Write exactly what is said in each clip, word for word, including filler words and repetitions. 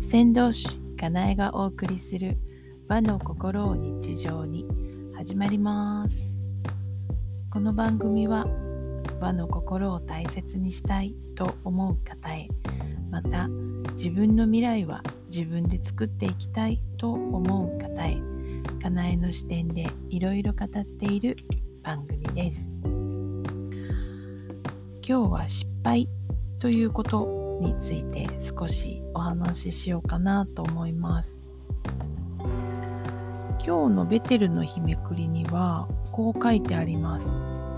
先導師かなえがお送りする和の心を日常に始まります。この番組は和の心を大切にしたいと思う方へ、また自分の未来は自分で作っていきたいと思う方へ、かなえの視点でいろいろ語っている番組です。今日は失敗ということについて少しお話ししようかなと思います。今日のベテルの日めくりにはこう書いてあります。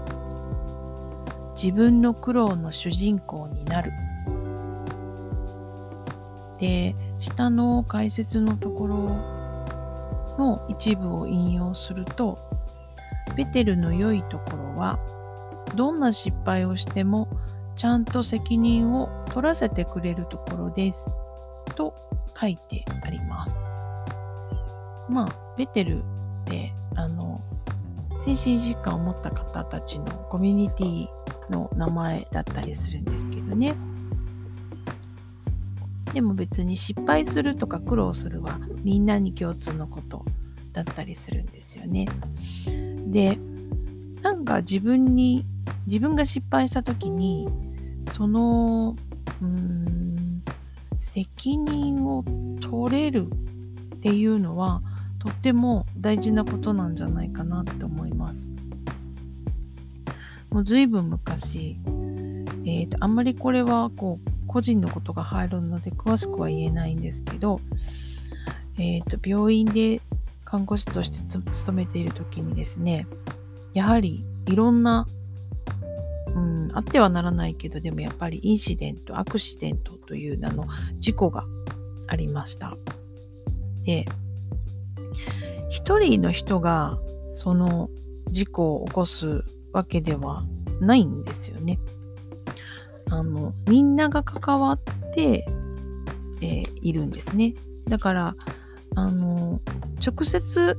自分の苦労の主人公になる。で、下の解説のところの一部を引用すると、ベテルの良いところは、どんな失敗をしてもちゃんと責任を取らせてくれるところですと書いてあります。まあ、ベテルってあの精神疾患を持った方たちのコミュニティの名前だったりするんですけどね。でも別に失敗するとか苦労するはみんなに共通のことだったりするんですよね。で、なんか自分に自分が失敗した時にそのうーん責任を取れるっていうのはとっても大事なことなんじゃないかなって思います。もうずいぶん昔、えーと、あんまりこれはこう個人のことが入るので詳しくは言えないんですけど、えーと、病院で看護師として勤めている時にですね、やはりいろんな、うん、あってはならないけど、でもやっぱりインシデント、アクシデントという名の事故がありました。で、一人の人がその事故を起こすわけではないんですよね。あの、みんなが関わって、えー、いるんですね。だから、あの、直接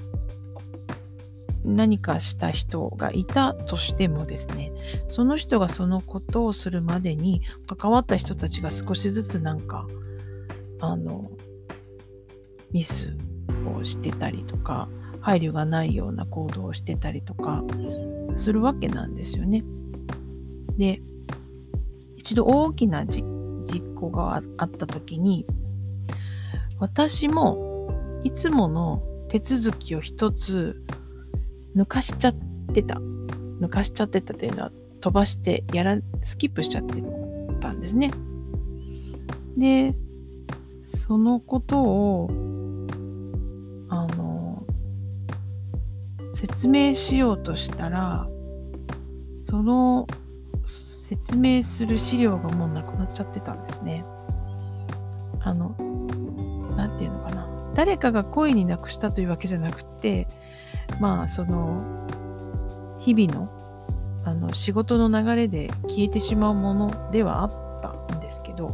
何かした人がいたとしてもですね、その人がそのことをするまでに関わった人たちが少しずつなんかあのミスをしてたりとか、配慮がないような行動をしてたりとかするわけなんですよね。で、一度大きな事故があった時に、私もいつもの手続きを一つ抜かしちゃってた。抜かしちゃってたというのは飛ばしてやら、スキップしちゃってたんですね。で、そのことを、あの、説明しようとしたら、その説明する資料がもうなくなっちゃってたんですね。あの、なんていうのかな。誰かが故意になくしたというわけじゃなくて、まあその日々のあの仕事の流れで消えてしまうものではあったんですけど、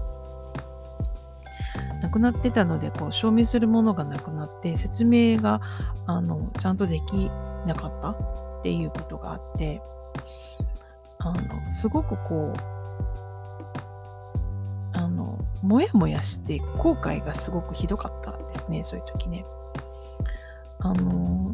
なくなってたのでこう証明するものがなくなって説明があのちゃんとできなかったっていうことがあって、あのすごくこうあのもやもやして後悔がすごくひどかったんですね。そういう時ね、あの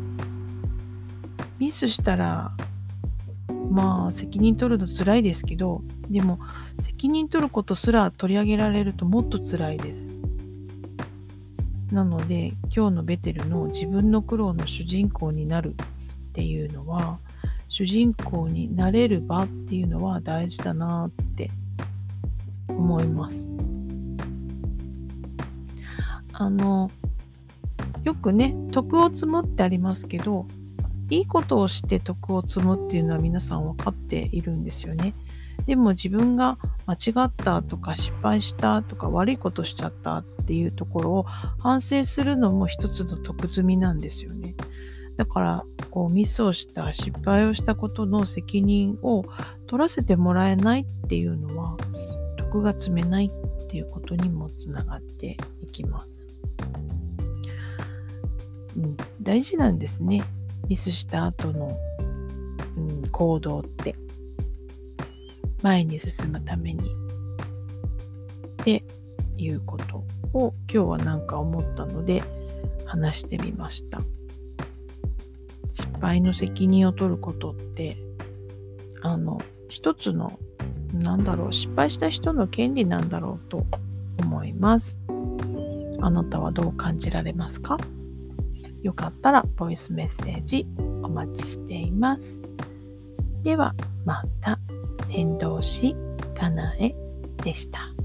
ミスしたらまあ責任取るの辛いですけど、でも責任取ることすら取り上げられるともっと辛いです。なので今日のベテルの自分の苦労の主人公になるっていうのは、主人公になれる場っていうのは大事だなって思います。あのよくね、徳を積むってありますけど、いいことをして徳を積むっていうのは皆さん分かっているんですよね。でも自分が間違ったとか失敗したとか悪いことしちゃったっていうところを反省するのも一つの徳積みなんですよね。だからこうミスをした失敗をしたことの責任を取らせてもらえないっていうのは徳が積めないっていうことにもつながっていきます。うん、大事なんですね。ミスした後の、うん、行動って前に進むために。で、 いうことを今日はなんか思ったので話してみました。失敗の責任を取ることってあの一つのなんだろう失敗した人の権利なんだろうと思います。あなたはどう感じられますか？よかったらボイスメッセージお待ちしています。ではまた。天童師かなえでした。